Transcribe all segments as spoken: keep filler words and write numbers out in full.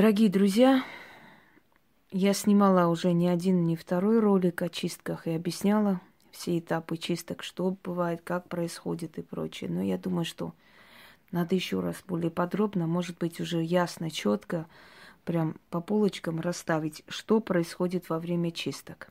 Дорогие друзья, я снимала уже не один, не второй ролик о чистках и объясняла все этапы чисток, что бывает, как происходит и прочее. Но я думаю, что надо еще раз более подробно, может быть, уже ясно, четко, прям по полочкам расставить, что происходит во время чисток.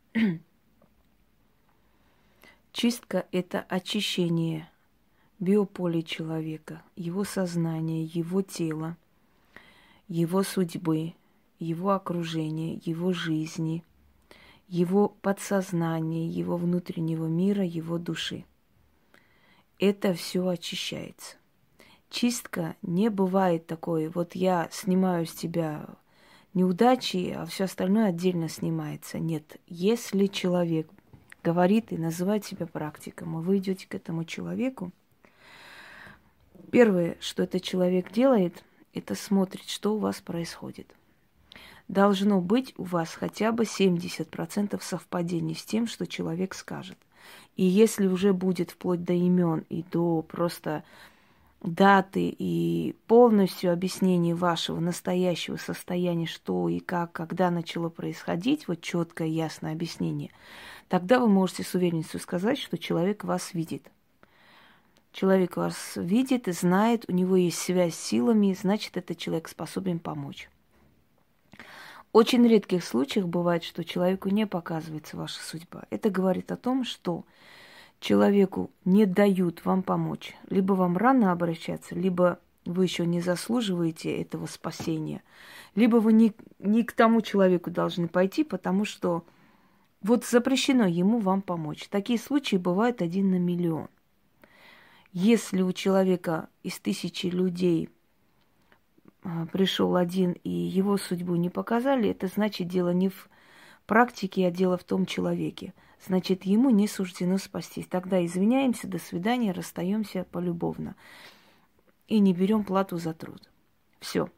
Чистка – это очищение биополя человека, его сознания, его тела, его судьбы, его окружения, его жизни, его подсознания, его внутреннего мира, его души. Это все очищается. Чистка не бывает такой, вот я снимаю с тебя неудачи, а все остальное отдельно снимается. Нет, если человек говорит и называет себя практиком, и вы идете к этому человеку, первое, что этот человек делает, это смотрит, что у вас происходит. Должно быть у вас хотя бы семьдесят процентов совпадений с тем, что человек скажет. И если уже будет вплоть до имен и до просто даты и полностью объяснение вашего настоящего состояния, что и как, когда начало происходить, вот четкое, ясное объяснение, тогда вы можете с уверенностью сказать, что человек вас видит. Человек вас видит и знает, у него есть связь с силами, значит, этот человек способен помочь. Очень редких случаях бывает, что человеку не показывается ваша судьба. Это говорит о том, что человеку не дают вам помочь. Либо вам рано обращаться, либо вы еще не заслуживаете этого спасения, либо вы не, не к тому человеку должны пойти, потому что вот запрещено ему вам помочь. Такие случаи бывают один на миллион. Если у человека из тысячи людей пришел один и его судьбу не показали, это значит дело не в практике, а дело в том человеке. Значит, ему не суждено спастись. Тогда извиняемся, до свидания, расстаемся полюбовно. И не берем плату за труд. Все.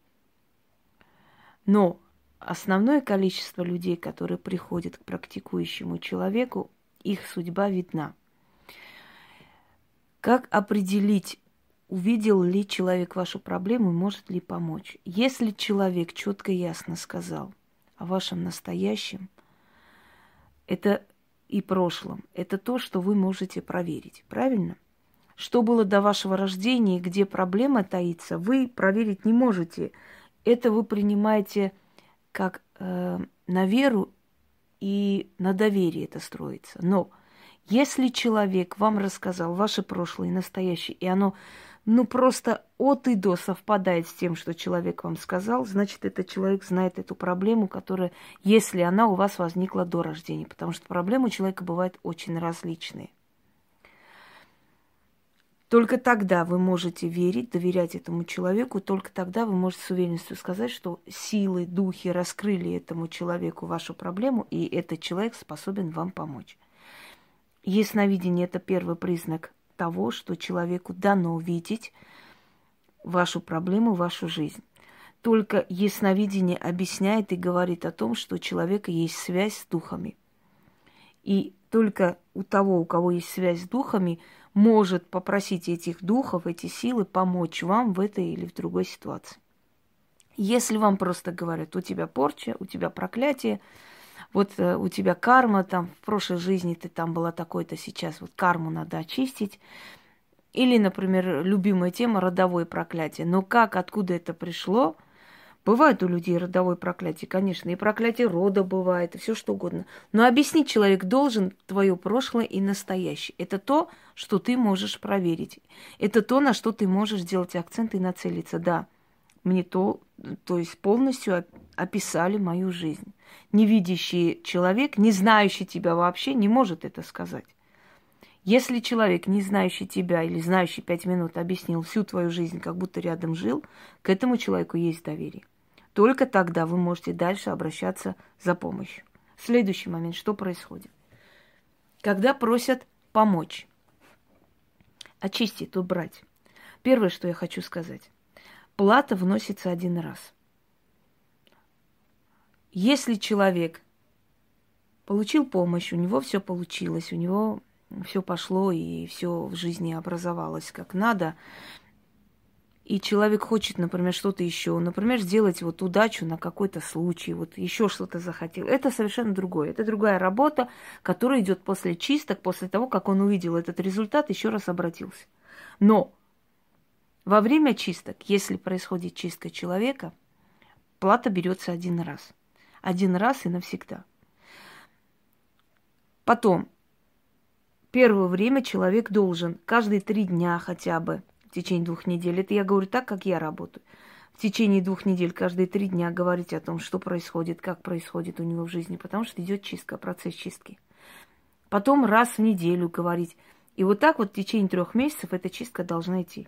Но основное количество людей, которые приходят к практикующему человеку, их судьба видна. Как определить, увидел ли человек вашу проблему, может ли помочь? Если человек четко и ясно сказал о вашем настоящем, это и прошлом, это то, что вы можете проверить, правильно? Что было до вашего рождения, где проблема таится, вы проверить не можете. Это вы принимаете как э, на веру и на доверие это строится. Но если человек вам рассказал ваше прошлое и настоящее, и оно ну просто от и до совпадает с тем, что человек вам сказал, значит, этот человек знает эту проблему, которая, если она у вас возникла до рождения, потому что проблемы у человека бывают очень различные. Только тогда вы можете верить, доверять этому человеку, только тогда вы можете с уверенностью сказать, что силы, духи раскрыли этому человеку вашу проблему, и этот человек способен вам помочь. Ясновидение – это первый признак того, что человеку дано видеть вашу проблему, вашу жизнь. Только ясновидение объясняет и говорит о том, что у человека есть связь с духами. И только у того, у кого есть связь с духами, может попросить этих духов, эти силы помочь вам в этой или в другой ситуации. Если вам просто говорят, у тебя порча, у тебя проклятие, вот э, у тебя карма, там в прошлой жизни ты там была такой-то, сейчас вот карму надо очистить. Или, например, любимая тема родовое проклятие. Но как, откуда это пришло? Бывает у людей родовое проклятие, конечно, и проклятие рода бывает, и все что угодно. Но объяснить человек должен твое прошлое и настоящее. Это то, что ты можешь проверить. Это то, на что ты можешь сделать акцент и нацелиться. Да, мне то, то есть полностью описали мою жизнь. Невидящий человек, не знающий тебя вообще, не может это сказать. Если человек, не знающий тебя или знающий пять минут, объяснил всю твою жизнь, как будто рядом жил, к этому человеку есть доверие. Только тогда вы можете дальше обращаться за помощью. Следующий момент, что происходит? Когда просят помочь, очистить, убрать. Первое, что я хочу сказать. Плата вносится один раз. Если человек получил помощь, у него все получилось, у него все пошло и все в жизни образовалось как надо, и человек хочет, например, что-то еще, например, сделать вот удачу на какой-то случай, вот еще что-то захотел, это совершенно другое. Это другая работа, которая идет после чисток, после того, как он увидел этот результат, еще раз обратился. Но во время чисток, если происходит чистка человека, плата берется один раз. Один раз и навсегда. Потом, первое время человек должен каждые три дня хотя бы, в течение двух недель, это я говорю так, как я работаю, в течение двух недель, каждые три дня говорить о том, что происходит, как происходит у него в жизни, потому что идет чистка, процесс чистки. Потом раз в неделю говорить. И вот так вот в течение трех месяцев эта чистка должна идти.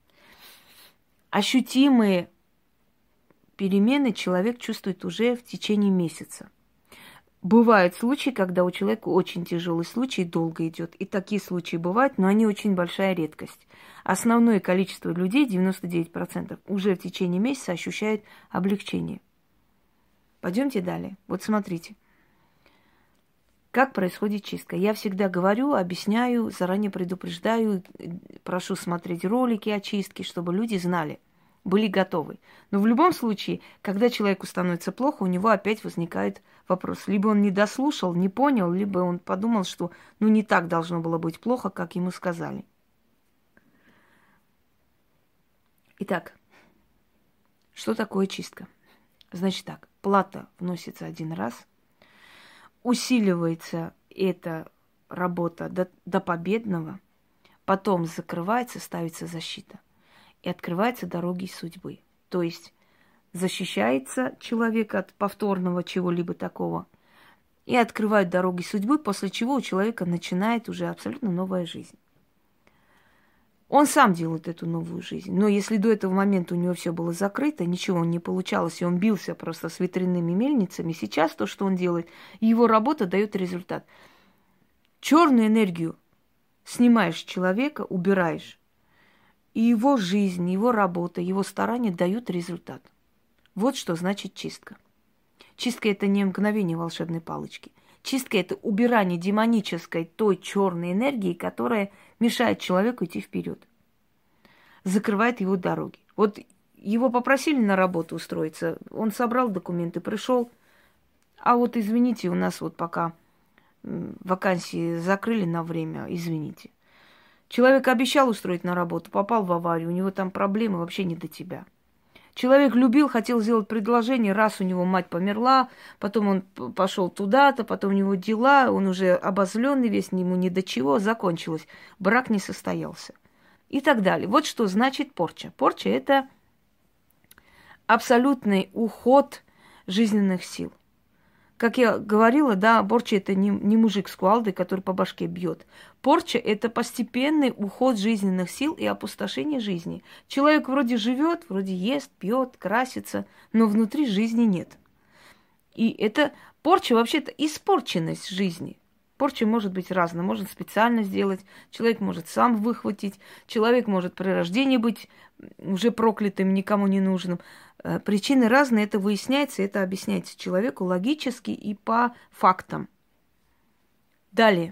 Ощутимые перемены человек чувствует уже в течение месяца. Бывают случаи, когда у человека очень тяжелый случай, долго идет. И такие случаи бывают, но они очень большая редкость. Основное количество людей, девяносто девять процентов, уже в течение месяца ощущают облегчение. Пойдемте далее. Вот смотрите. Как происходит чистка? Я всегда говорю, объясняю, заранее предупреждаю, прошу смотреть ролики о чистке, чтобы люди знали, были готовы. Но в любом случае, когда человеку становится плохо, у него опять возникает вопрос. Либо он не дослушал, не понял, либо он подумал, что ну не так должно было быть плохо, как ему сказали. Итак, что такое чистка? Значит так, плата вносится один раз, усиливается эта работа до, до победного, потом закрывается, ставится защита. И открываются дороги судьбы. То есть защищается человек от повторного чего-либо такого. И открывают дороги судьбы, после чего у человека начинает уже абсолютно новая жизнь. Он сам делает эту новую жизнь. Но если до этого момента у него все было закрыто, ничего не получалось, и он бился просто с ветряными мельницами, сейчас то, что он делает, его работа дает результат. Черную энергию снимаешь с человека, убираешь. И его жизнь, его работа, его старания дают результат. Вот что значит чистка. Чистка – это не мгновение волшебной палочки. Чистка – это убирание демонической той черной энергии, которая мешает человеку идти вперед. Закрывает его дороги. Вот его попросили на работу устроиться, он собрал документы, пришел. А вот извините, у нас вот пока вакансии закрыли на время, извините. Человек обещал устроить на работу, попал в аварию, у него там проблемы, вообще не до тебя. Человек любил, хотел сделать предложение, раз у него мать померла, потом он пошел туда-то, потом у него дела, он уже обозленный весь, ему ни до чего, закончилось. Брак не состоялся. И так далее. Вот что значит порча. Порча – это абсолютный уход жизненных сил. Как я говорила, да, порча – это не, не мужик с кувалдой, который по башке бьет. Порча – это постепенный уход жизненных сил и опустошение жизни. Человек вроде живет, вроде ест, пьет, красится, но внутри жизни нет. И это порча вообще-то испорченность жизни. Порча может быть разная, можно специально сделать, человек может сам выхватить, человек может при рождении быть уже проклятым, никому не нужным. Причины разные, это выясняется, это объясняется человеку логически и по фактам. Далее.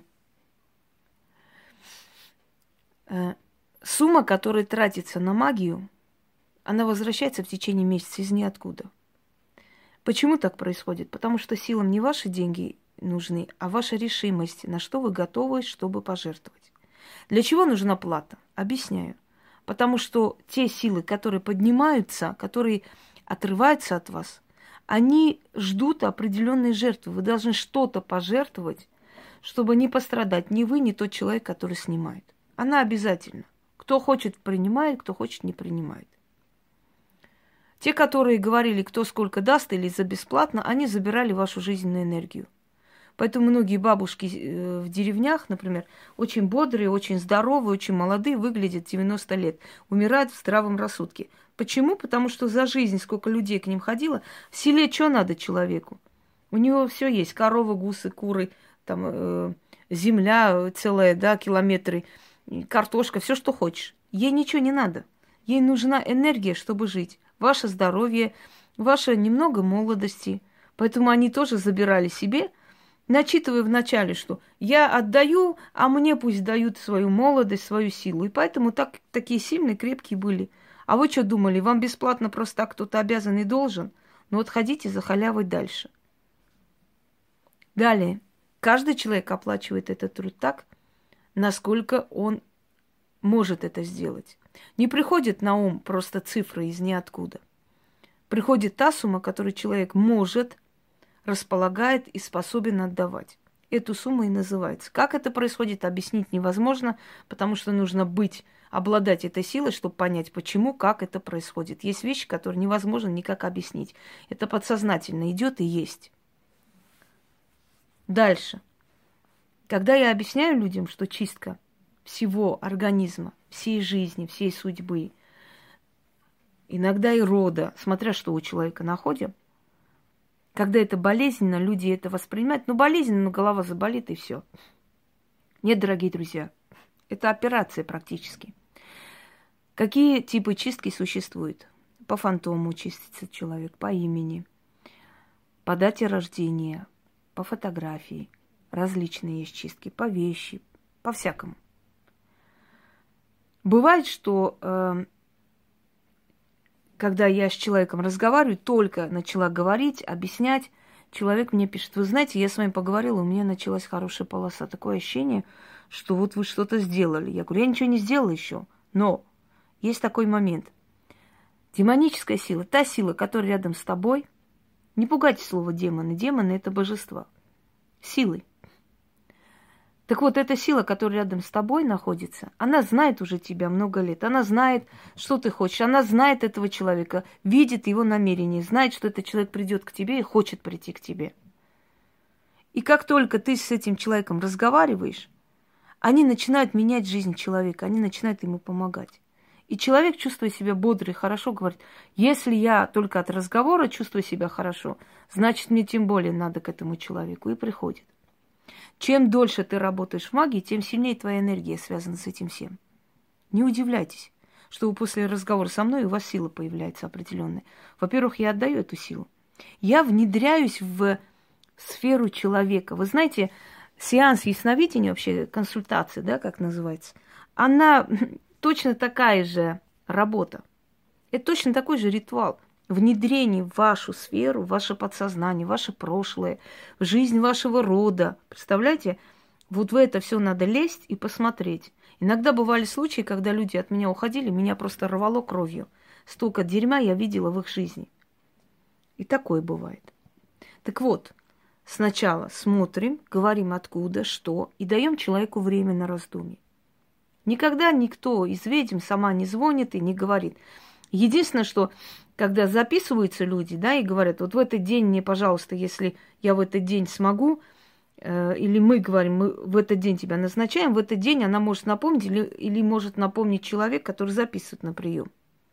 Сумма, которая тратится на магию, она возвращается в течение месяца из ниоткуда. Почему так происходит? Потому что силам не ваши деньги нужны, а ваша решимость, на что вы готовы, чтобы пожертвовать. Для чего нужна плата? Объясняю. Потому что те силы, которые поднимаются, которые отрываются от вас, они ждут определенной жертвы. Вы должны что-то пожертвовать, чтобы не пострадать ни вы, ни тот человек, который снимает. Она обязательно. Кто хочет, принимает, кто хочет, не принимает. Те, которые говорили, кто сколько даст или за бесплатно, они забирали вашу жизненную энергию. Поэтому многие бабушки в деревнях, например, очень бодрые, очень здоровые, очень молодые, выглядят девяносто лет, умирают в здравом рассудке. Почему? Потому что за жизнь, сколько людей к ним ходило, в селе что надо человеку? У него все есть: коровы, гусы, куры, там, э, земля целая, да, километры, картошка, все, что хочешь. Ей ничего не надо. Ей нужна энергия, чтобы жить. Ваше здоровье, ваше немного молодости. Поэтому они тоже забирали себе, начитывая вначале, что я отдаю, а мне пусть дают свою молодость, свою силу. И поэтому так, такие сильные, крепкие были. А вы что думали, вам бесплатно просто так кто-то обязан и должен? Ну вот ходите за халявой дальше. Далее. Каждый человек оплачивает этот труд так, насколько он может это сделать. Не приходит на ум просто цифры из ниоткуда. Приходит та сумма, которую человек может, располагает и способен отдавать. Эту сумму и называется. Как это происходит, объяснить невозможно, потому что нужно быть, обладать этой силой, чтобы понять, почему, как это происходит. Есть вещи, которые невозможно никак объяснить. Это подсознательно идет и есть. Дальше. Когда я объясняю людям, что чистка всего организма, всей жизни, всей судьбы, иногда и рода, смотря что у человека находим, когда это болезненно, люди это воспринимают. Ну, болезненно, но голова заболит, и все. Нет, дорогие друзья, это операция практически. Какие типы чистки существуют? По фантому чистится человек, по имени, по дате рождения, по фотографии. Различные есть чистки, по вещи, по всякому. Бывает, что э, когда я с человеком разговариваю, только начала говорить, объяснять, человек мне пишет: вы знаете, я с вами поговорила, у меня началась хорошая полоса. Такое ощущение, что вот вы что-то сделали. Я говорю, я ничего не сделала еще, но есть такой момент. Демоническая сила, та сила, которая рядом с тобой, не пугайте слово демоны. Демоны – это божества. Силы. Так вот, эта сила, которая рядом с тобой находится, она знает уже тебя много лет. Она знает, что ты хочешь. Она знает этого человека, видит его намерение, знает, что этот человек придет к тебе и хочет прийти к тебе. И как только ты с этим человеком разговариваешь, они начинают менять жизнь человека, они начинают ему помогать. И человек, чувствуя себя бодро и хорошо, говорит: если я только от разговора чувствую себя хорошо, значит, мне тем более надо к этому человеку. И приходит. Чем дольше ты работаешь в магии, тем сильнее твоя энергия связана с этим всем. Не удивляйтесь, что после разговора со мной у вас сила появляется определенная. Во-первых, я отдаю эту силу. Я внедряюсь в сферу человека. Вы знаете, сеанс ясновидения, вообще консультация, да, как называется, она точно такая же работа. Это точно такой же ритуал. Внедрение в вашу сферу, в ваше подсознание, в ваше прошлое, в жизнь вашего рода. Представляете? Вот в это все надо лезть и посмотреть. Иногда бывали случаи, когда люди от меня уходили, меня просто рвало кровью. Столько дерьма я видела в их жизни. И такое бывает. Так вот, сначала смотрим, говорим откуда, что, и даем человеку время на раздумье. Никогда никто из ведьм сама не звонит и не говорит. Единственное, что когда записываются люди, да, и говорят: вот в этот день мне, пожалуйста, если я в этот день смогу, э, или мы говорим, мы в этот день тебя назначаем, в этот день она может напомнить, или, или может напомнить человек, который записывает на прием.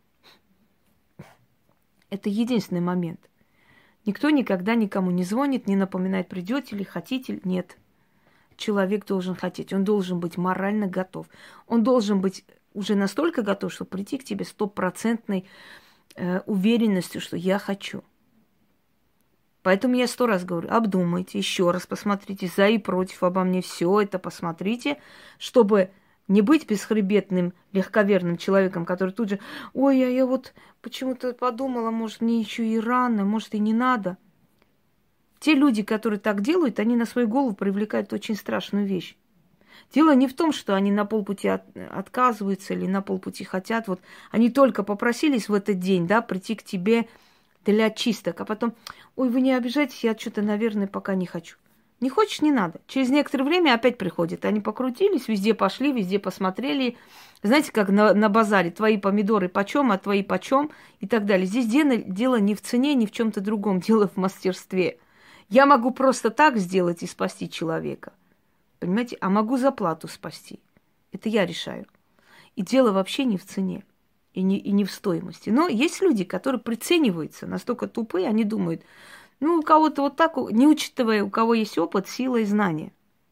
Это единственный момент. Никто никогда никому не звонит, не напоминает, придете ли, хотите ли. Нет. Человек должен хотеть, он должен быть морально готов. Он должен быть уже настолько готов, чтобы прийти к тебе стопроцентной э, уверенностью, что я хочу. Поэтому я сто раз говорю: обдумайте, еще раз посмотрите за и против обо мне, все это посмотрите, чтобы не быть бесхребетным, легковерным человеком, который тут же: ой, а я вот почему-то подумала, может, мне еще и рано, может, и не надо. Те люди, которые так делают, они на свою голову привлекают очень страшную вещь. Дело не в том, что они на полпути от, отказываются или на полпути хотят. Вот они только попросились в этот день, да, прийти к тебе для чисток, а потом: ой, вы не обижайтесь, я что-то, наверное, пока не хочу. Не хочешь, не надо. Через некоторое время опять приходят. Они покрутились, везде пошли, везде посмотрели. Знаете, как на, на базаре: твои помидоры почем, а твои почем и так далее. Здесь дело, дело не в цене, не в чем-то другом, дело в мастерстве. Я могу просто так сделать и спасти человека. Понимаете? А могу за плату спасти. Это я решаю. И дело вообще не в цене и не, и не в стоимости. Но есть люди, которые прицениваются, настолько тупые, они думают: ну, у кого-то вот так, не учитывая, у кого есть опыт, сила и знания.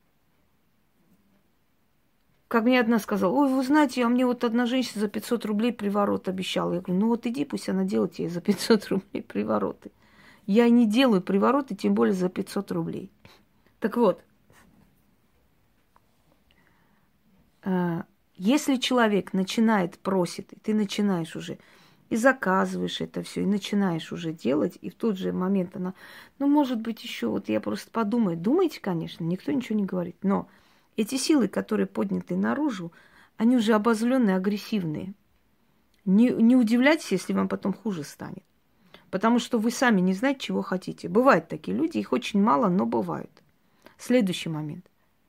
Как мне одна сказала: ой, вы знаете, а мне вот одна женщина за пятьсот рублей приворот обещала. Я говорю: ну вот иди, пусть она делает тебе за пятьсот рублей привороты. Я не делаю привороты, тем более за пятьсот рублей. Так вот, Если человек начинает, просит, и ты начинаешь уже, и заказываешь это все, и начинаешь уже делать, и в тот же момент она, ну, может быть, еще, вот я просто подумаю. Думайте, конечно, никто ничего не говорит, но эти силы, которые подняты наружу, они уже обозленные, агрессивные. Не, не удивляйтесь, если вам потом хуже станет. Потому что вы сами не знаете, чего хотите. Бывают такие люди, их очень мало, но бывают. Следующий момент.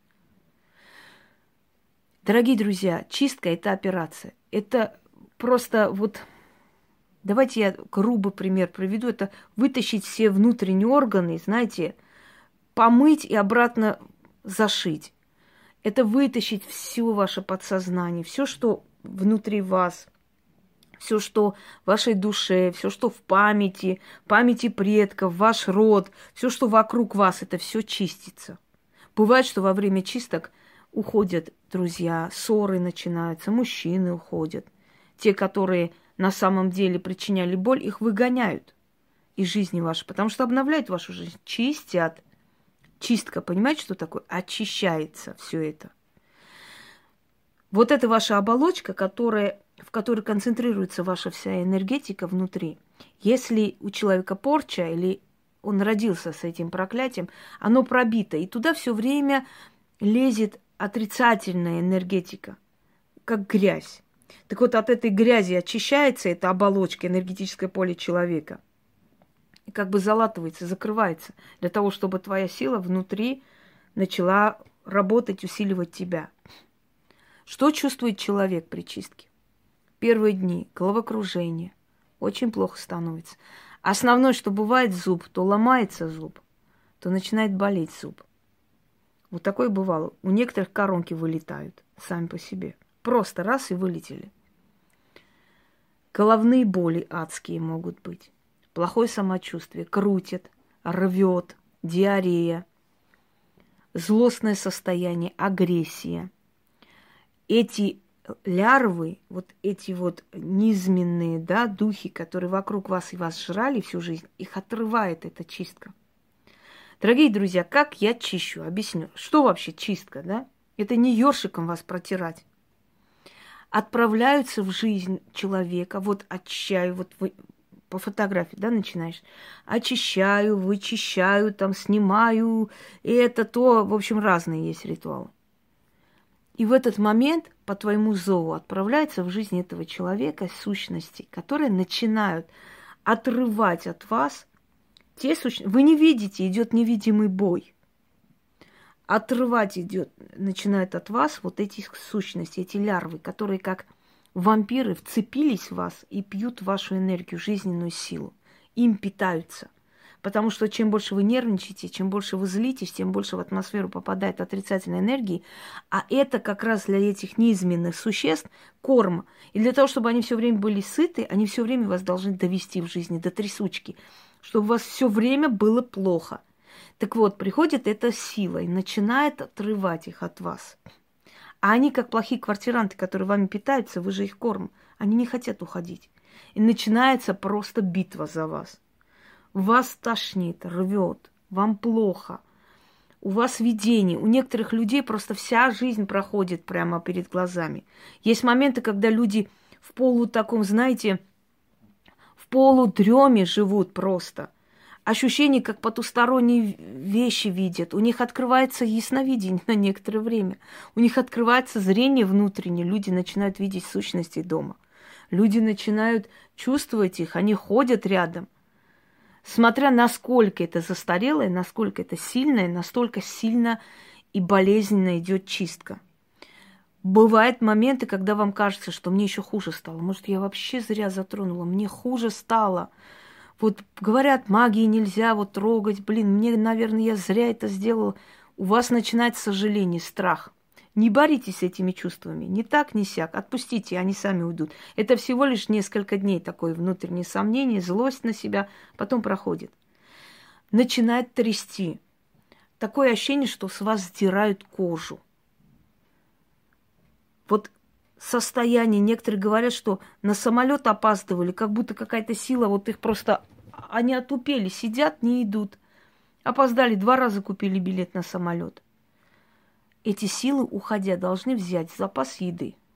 Дорогие друзья, чистка – это операция. Это просто вот, давайте я грубый пример приведу. Это вытащить все внутренние органы, знаете, помыть и обратно зашить. Это вытащить все ваше подсознание, все, что внутри вас, все, что в вашей душе, все, что в памяти, памяти предков, ваш род, все, что вокруг вас, это все чистится. Бывает, что во время чисток уходят друзья, ссоры начинаются, мужчины уходят. Те, которые на самом деле причиняли боль, их выгоняют из жизни вашей, потому что обновляют вашу жизнь, чистят. Чистка, понимаете, что такое? Очищается все это. Вот это ваша оболочка, которая, в которой концентрируется ваша вся энергетика внутри. Если у человека порча или он родился с этим проклятием, оно пробито, и туда все время лезет отрицательная энергетика, как грязь. Так вот, от этой грязи очищается эта оболочка, энергетическое поле человека. И как бы залатывается, закрывается, для того, чтобы твоя сила внутри начала работать, усиливать тебя. Что чувствует человек при чистке? Первые дни головокружение, очень плохо становится. Основное, что бывает зуб, то ломается зуб, то начинает болеть зуб. Вот такое бывало. У некоторых коронки вылетают сами по себе. Просто раз и вылетели. Головные боли адские могут быть. Плохое самочувствие, крутит, рвет, диарея, злостное состояние, агрессия. Эти лярвы, вот эти вот низменные, да, духи, которые вокруг вас и вас жрали всю жизнь, их отрывает эта чистка. Дорогие друзья, как я чищу? Объясню. Что вообще чистка, да? Это не ёршиком вас протирать. Отправляются в жизнь человека, вот очищаю, вот вы по фотографии, да, начинаешь. Очищаю, вычищаю, там, снимаю, и это то, в общем, разные есть ритуалы. И в этот момент по твоему зову отправляется в жизнь этого человека сущности, которые начинают отрывать от вас те сущности. Вы не видите, идет невидимый бой. Отрывать идет, начинают от вас вот эти сущности, эти лярвы, которые как вампиры вцепились в вас и пьют вашу энергию, жизненную силу. Им питаются. Потому что чем больше вы нервничаете, чем больше вы злитесь, тем больше в атмосферу попадает отрицательной энергии. А это как раз для этих низменных существ корм. И для того, чтобы они все время были сыты, они все время вас должны довести в жизни до трясучки, чтобы у вас все время было плохо. Так вот, приходит эта сила и начинает отрывать их от вас. А они, как плохие квартиранты, которые вами питаются, вы же их корм, они не хотят уходить. И начинается просто битва за вас. Вас тошнит, рвет, вам плохо, у вас видение. У некоторых людей просто вся жизнь проходит прямо перед глазами. Есть моменты, когда люди в полу таком, знаете, в полудреме живут просто. Ощущение, как потусторонние вещи видят. У них открывается ясновидение на некоторое время. У них открывается зрение внутреннее. Люди начинают видеть сущности дома. Люди начинают чувствовать их, они ходят рядом. Смотря насколько это застарелое, насколько это сильное, настолько сильно и болезненно идет чистка. Бывают моменты, когда вам кажется, что мне еще хуже стало. Может, я вообще зря затронула, мне хуже стало. Вот говорят, магии нельзя вот трогать. Блин, мне, наверное, я зря это сделала. У вас начинается сожаление, страх. Не боритесь с этими чувствами. Ни так, ни сяк. Отпустите, они сами уйдут. Это всего лишь несколько дней такое внутреннее сомнение, злость на себя. Потом проходит. Начинает трясти. Такое ощущение, что с вас сдирают кожу. Вот состояние. Некоторые говорят, что на самолет опаздывали, как будто какая-то сила, вот их просто... Они отупели, сидят, не идут. Опоздали, два раза купили билет на самолет. Эти силы, уходя, должны взять запас еды.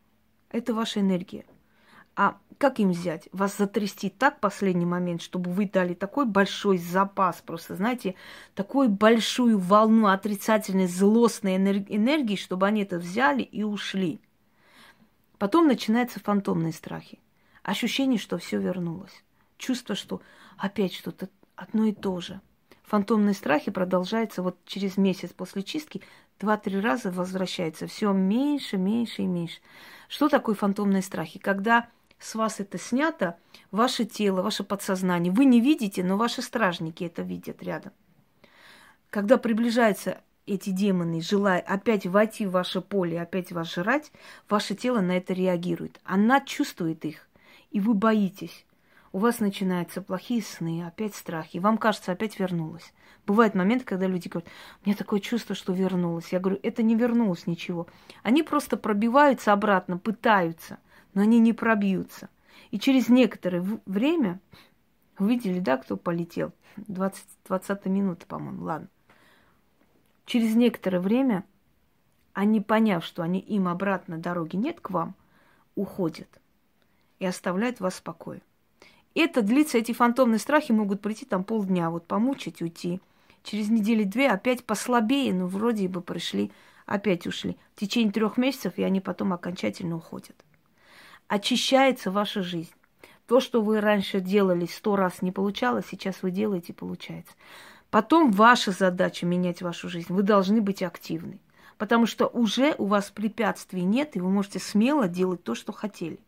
Это ваша энергия. А как им взять? Вас затрясти так в последний момент, чтобы вы дали такой большой запас, просто, знаете, такую большую волну отрицательной, злостной энергии, чтобы они это взяли и ушли. Потом начинаются фантомные страхи. Ощущение, что все вернулось. Чувство, что опять что-то одно и то же. Фантомные страхи продолжаются вот через месяц после чистки, два-три раза возвращается. Все меньше, меньше и меньше. Что такое фантомные страхи? Когда с вас это снято, ваше тело, ваше подсознание, вы не видите, но ваши стражники это видят рядом. Когда приближаются эти демоны, желая опять войти в ваше поле, опять вас жрать, ваше тело на это реагирует. Она чувствует их, и вы боитесь. У вас начинаются плохие сны, опять страхи. Вам кажется, опять вернулась. Бывают моменты, когда люди говорят, у меня такое чувство, что вернулось. Я говорю, это не вернулось ничего. Они просто пробиваются обратно, пытаются, но они не пробьются. И через некоторое время, увидели, да, кто полетел? двадцать, двадцатая минута, по-моему, ладно. Через некоторое время, они, поняв, что они, им обратно дороги нет к вам, уходят и оставляют вас в покое. Это длится, эти фантомные страхи могут прийти там полдня, вот помучить, уйти. Через недели-две опять послабее, но вроде бы пришли, опять ушли. В течение трех месяцев, и они потом окончательно уходят. Очищается ваша жизнь. То, что вы раньше делали сто раз не получалось, сейчас вы делаете, получается. Потом ваша задача менять вашу жизнь. Вы должны быть активны. Потому что уже у вас препятствий нет, и вы можете смело делать то, что хотели.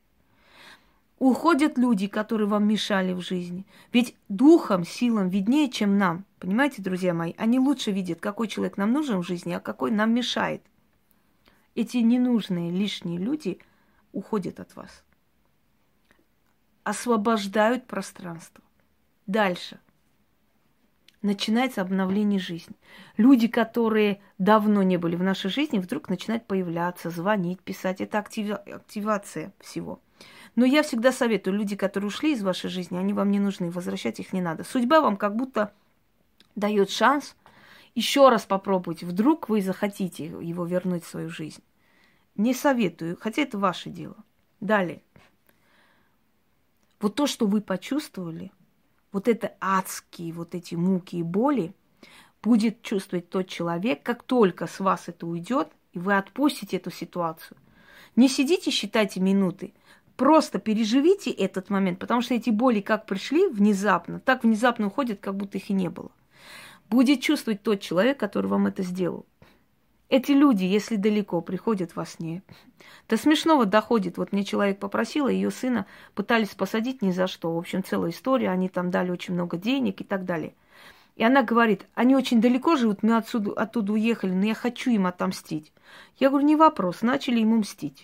Уходят люди, которые вам мешали в жизни. Ведь духом, силам виднее, чем нам. Понимаете, друзья мои? Они лучше видят, какой человек нам нужен в жизни, а какой нам мешает. Эти ненужные, лишние люди уходят от вас. Освобождают пространство. Дальше. Начинается обновление жизни. Люди, которые давно не были в нашей жизни, вдруг начинают появляться, звонить, писать. Это актив... активация всего. Но я всегда советую, люди, которые ушли из вашей жизни, они вам не нужны, возвращать их не надо. Судьба вам как будто дает шанс еще раз попробовать. Вдруг вы захотите его вернуть в свою жизнь. Не советую, хотя это ваше дело. Далее. Вот то, что вы почувствовали, вот это адские, вот эти муки и боли, будет чувствовать тот человек, как только с вас это уйдет, и вы отпустите эту ситуацию. Не сидите, считайте минуты. Просто переживите этот момент, потому что эти боли как пришли внезапно, так внезапно уходят, как будто их и не было. Будет чувствовать тот человек, который вам это сделал. Эти люди, если далеко, приходят во сне. До смешного доходит. Вот мне человек попросил, ее сына пытались посадить ни за что. В общем, целая история, они там дали очень много денег и так далее. И она говорит, они очень далеко живут, мы отсюда, оттуда уехали, но я хочу им отомстить. Я говорю, не вопрос, начали ему мстить.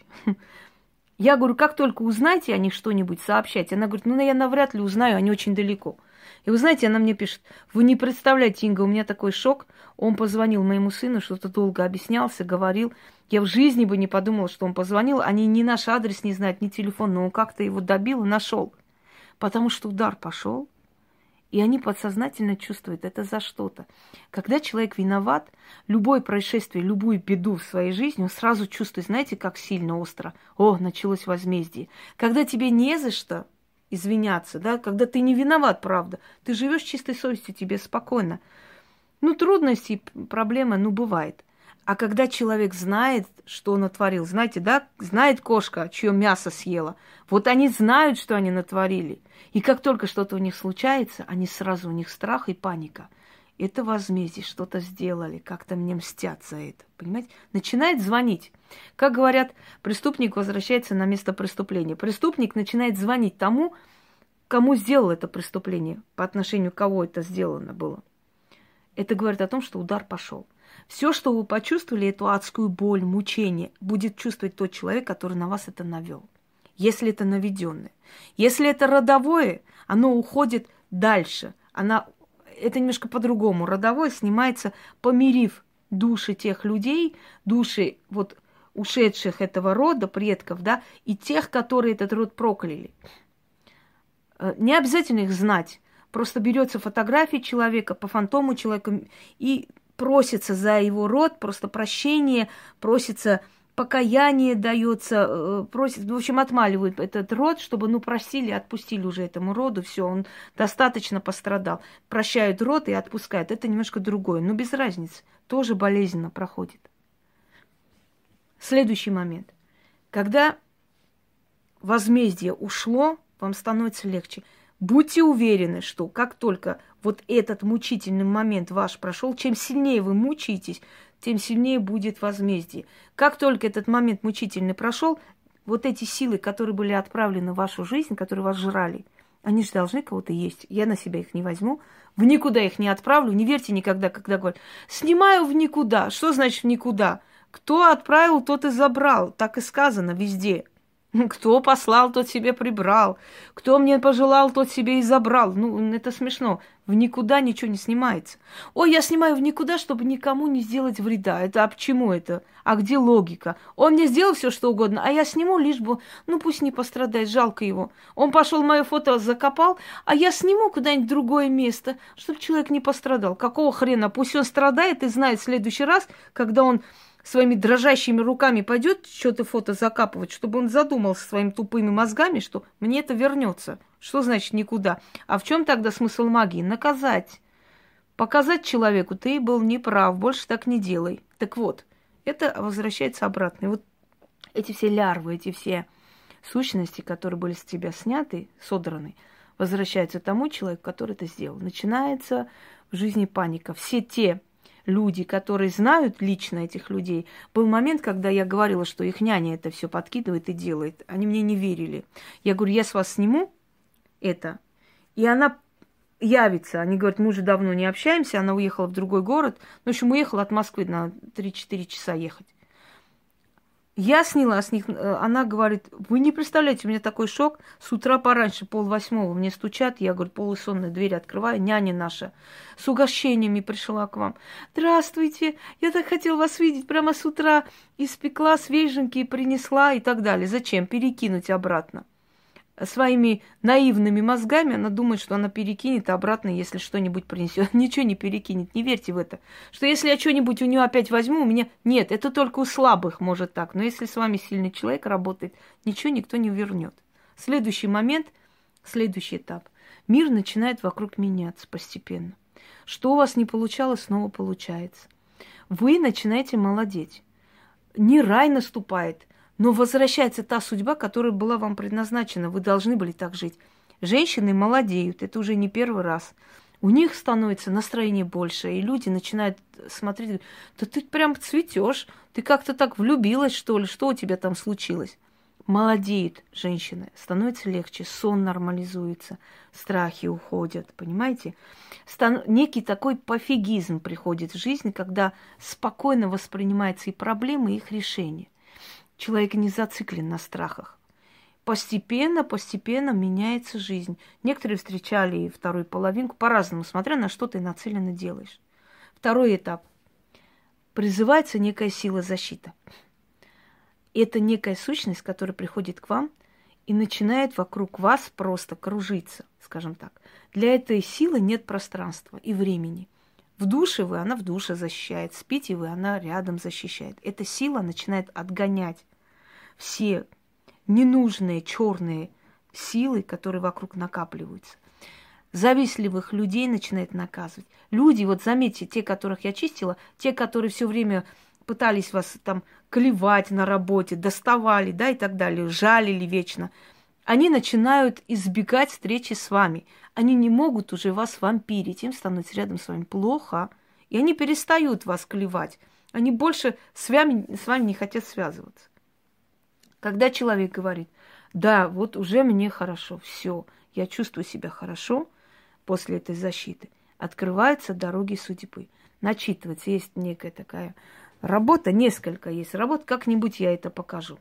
Я говорю, как только узнаете о них что-нибудь, сообщайте. Она говорит, ну, я навряд ли узнаю, они очень далеко. И вы знаете, она мне пишет, вы не представляете, Инга, у меня такой шок. Он позвонил моему сыну, что-то долго объяснялся, говорил. Я в жизни бы не подумала, что он позвонил. Они ни наш адрес не знают, ни телефон, но он как-то его добил и нашел. Потому что удар пошел, и они подсознательно чувствуют это за что-то. Когда человек виноват, любое происшествие, любую беду в своей жизни, он сразу чувствует, знаете, как сильно, остро. О, началось возмездие. Когда тебе не за что извиняться, да, когда ты не виноват, правда, ты живешь с чистой совестью, тебе спокойно. Ну, трудности, проблемы, ну, бывает. А когда человек знает, что он натворил, знаете, да, знает кошка, чье мясо съела, вот они знают, что они натворили. И как только что-то у них случается, они сразу, у них страх и паника. Это возмездие, что-то сделали, как-то мне мстят за это, понимаете? Начинает звонить. Как говорят, преступник возвращается на место преступления. Преступник начинает звонить тому, кому сделал это преступление, по отношению к кого это сделано было. Это говорит о том, что удар пошел. Все, что вы почувствовали, эту адскую боль, мучение, будет чувствовать тот человек, который на вас это навел. Если это наведенное. Если это родовое, оно уходит дальше. Она, это немножко по-другому. Родовое снимается, помирив души тех людей, души вот ушедших этого рода, предков, да, и тех, которые этот род прокляли. Не обязательно их знать. Просто берется фотография человека, по фантому человека и просится за его род, просто прощение, просится покаяние дается, э, просит, в общем, отмаливают этот род, чтобы, ну, простили, отпустили уже этому роду, все, он достаточно пострадал. Прощают род и отпускают. Это немножко другое, но без разницы, тоже болезненно проходит. Следующий момент. Когда возмездие ушло, вам становится легче. Будьте уверены, что как только вот этот мучительный момент ваш прошел, чем сильнее вы мучаетесь, тем сильнее будет возмездие. Как только этот момент мучительный прошел, вот эти силы, которые были отправлены в вашу жизнь, которые вас жрали, они же должны кого-то есть. Я на себя их не возьму, в никуда их не отправлю. Не верьте никогда, когда говорят, снимаю в никуда. Что значит в никуда? Кто отправил, тот и забрал. Так и сказано везде. Кто послал, тот себе прибрал. Кто мне пожелал, тот себе и забрал. Ну, это смешно. В никуда ничего не снимается. Ой, я снимаю в никуда, чтобы никому не сделать вреда. Это а почему это? А где логика? Он мне сделал все, что угодно, а я сниму, лишь бы, ну пусть не пострадает, жалко его. Он пошел мое фото закопал, а я сниму куда-нибудь в другое место, чтобы человек не пострадал. Какого хрена? Пусть он страдает и знает в следующий раз, когда он своими дрожащими руками пойдет что-то фото закапывать, чтобы он задумался своими тупыми мозгами, что мне это вернется. Что значит никуда? А в чем тогда смысл магии? Наказать. Показать человеку, ты был неправ, больше так не делай. Так вот, это возвращается обратно. И вот эти все лярвы, эти все сущности, которые были с тебя сняты, содраны, возвращаются тому человеку, который это сделал. Начинается в жизни паника. Все те люди, которые знают лично этих людей, был момент, когда я говорила, что их няня это все подкидывает и делает. Они мне не верили. Я говорю, я с вас сниму это, и она явится. Они говорят, мы уже давно не общаемся, она уехала в другой город. Ну, в общем, уехала от Москвы на три-четыре часа ехать. Я сняла с них, она говорит, вы не представляете, у меня такой шок. С утра пораньше, полвосьмого, мне стучат, я, говорю, полусонная дверь открываю, няня наша с угощениями пришла к вам. Здравствуйте, я так хотела вас видеть, прямо с утра испекла свеженькие, принесла и так далее. Зачем? Перекинуть обратно. Своими наивными мозгами она думает, что она перекинет обратно, если что-нибудь принесет. Ничего не перекинет, не верьте в это. Что если я что-нибудь у нее опять возьму, у меня... Нет, это только у слабых может так. Но если с вами сильный человек работает, ничего никто не вернет. Следующий момент, следующий этап. Мир начинает вокруг меняться постепенно. Что у вас не получалось, снова получается. Вы начинаете молодеть. Не рай наступает, но возвращается та судьба, которая была вам предназначена. Вы должны были так жить. Женщины молодеют, это уже не первый раз. У них становится настроение больше, и люди начинают смотреть, да ты прям цветешь, ты как-то так влюбилась, что ли, что у тебя там случилось? Молодеют женщины, становится легче, сон нормализуется, страхи уходят, понимаете? Стан... Некий такой пофигизм приходит в жизнь, когда спокойно воспринимаются и проблемы, и их решения. Человек не зациклен на страхах. Постепенно, постепенно меняется жизнь. Некоторые встречали вторую половинку по-разному, смотря на что ты нацеленно делаешь. Второй этап. Призывается некая сила защиты. Это некая сущность, которая приходит к вам и начинает вокруг вас просто кружиться, скажем так. Для этой силы нет пространства и времени. В душе вы, она в душе защищает, спите вы, она рядом защищает. Эта сила начинает отгонять все ненужные черные силы, которые вокруг накапливаются. Завистливых людей начинает наказывать. Люди, вот заметьте, те, которых я чистила, те, которые все время пытались вас там клевать на работе, доставали, да, и так далее, жалили вечно, они начинают избегать встречи с вами. Они не могут уже вас вампирить, им становится рядом с вами плохо, и они перестают вас клевать. Они больше с вами, с вами не хотят связываться. Когда человек говорит, да, вот уже мне хорошо, все, я чувствую себя хорошо после этой защиты, открываются дороги судьбы. Начитывается, есть некая такая работа, несколько есть работ, как-нибудь я это покажу.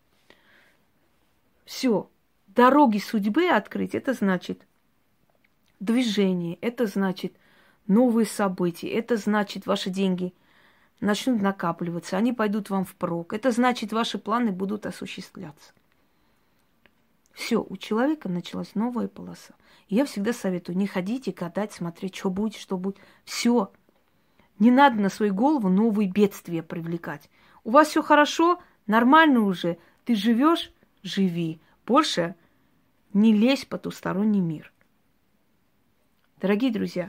Все. Дороги судьбы открыть, это значит движение, это значит новые события, это значит ваши деньги начнут накапливаться, они пойдут вам впрок, это значит ваши планы будут осуществляться. Все, у человека началась новая полоса. И я всегда советую, не ходите гадать, смотреть, что будет, что будет. Все. Не надо на свою голову новые бедствия привлекать. У вас все хорошо, Нормально уже. Ты живешь, живи. Больше не лезь в потусторонний мир. Дорогие друзья,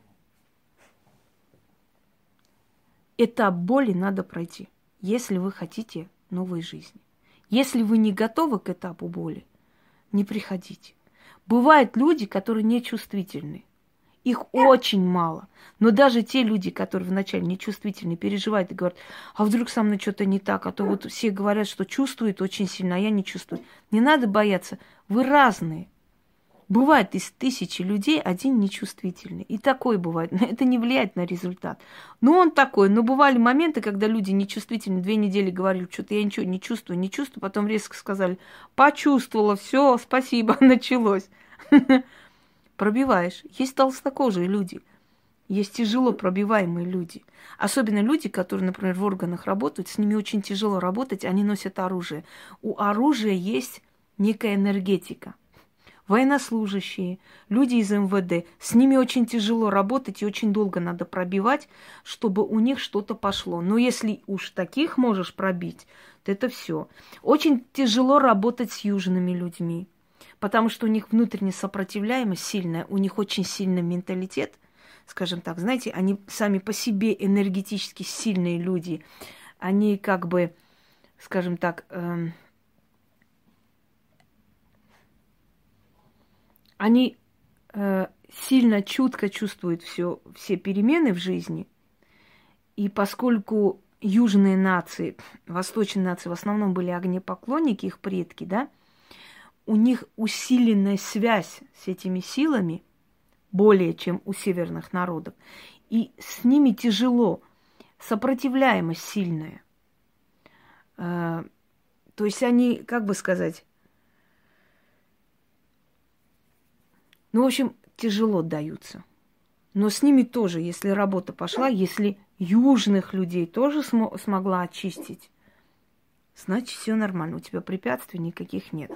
этап боли надо пройти, если вы хотите новой жизни. Если вы не готовы к этапу боли, не приходите. Бывают люди, которые нечувствительны. Их очень мало. Но даже те люди, которые вначале нечувствительны, переживают и говорят, а вдруг со мной что-то не так, а то вот все говорят, что чувствуют очень сильно, а я не чувствую. Не надо бояться, вы разные. Бывает из тысячи людей один нечувствительный. И такой бывает. Но это не влияет на результат. Но он такой. Но бывали моменты, когда люди нечувствительны, две недели говорили, что-то я ничего не чувствую, не чувствую. Потом резко сказали, почувствовала, все, спасибо, началось. Пробиваешь. Есть толстокожие люди. Есть тяжело пробиваемые люди. Особенно люди, которые, например, в органах работают, с ними очень тяжело работать, они носят оружие. У оружия есть некая энергетика. Военнослужащие, люди из эм вэ дэ, с ними очень тяжело работать и очень долго надо пробивать, чтобы у них что-то пошло. Но если уж таких можешь пробить, то это все. Очень тяжело работать с южными людьми, потому что у них внутренняя сопротивляемость сильная, у них очень сильный менталитет, скажем так. Знаете, они сами по себе энергетически сильные люди. Они как бы, скажем так, эм, они э, сильно, чутко чувствуют все, все перемены в жизни. И поскольку южные нации, восточные нации в основном были огнепоклонники, их предки, да, у них усиленная связь с этими силами более, чем у северных народов. И с ними тяжело, сопротивляемость сильная. Э, то есть они, как бы сказать, ну, в общем, тяжело даются. Но с ними тоже, если работа пошла, если южных людей тоже см- смогла очистить, значит, все нормально. У тебя препятствий никаких нет.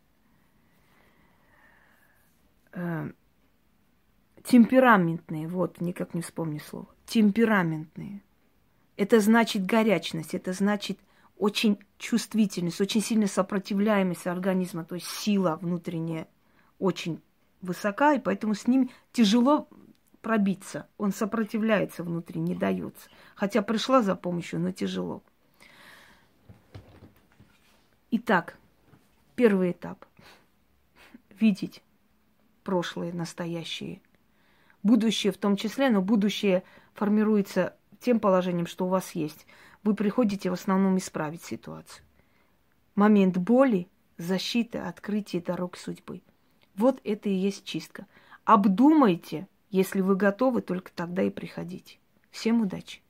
Э- темпераментные, вот, никак не вспомню слово. Темпераментные. Это значит горячность, это значит очень чувствительность, очень сильная сопротивляемость организма, то есть сила внутренняя очень высока, и поэтому с ним тяжело пробиться. Он сопротивляется внутри, не дается. Хотя пришла за помощью, но тяжело. Итак, первый этап. Видеть прошлое, настоящее, будущее в том числе, но будущее формируется тем положением, что у вас есть. Вы приходите в основном исправить ситуацию. Момент боли, защиты, открытия дорог судьбы. Вот это и есть чистка. Обдумайте, если вы готовы, только тогда и приходите. Всем удачи!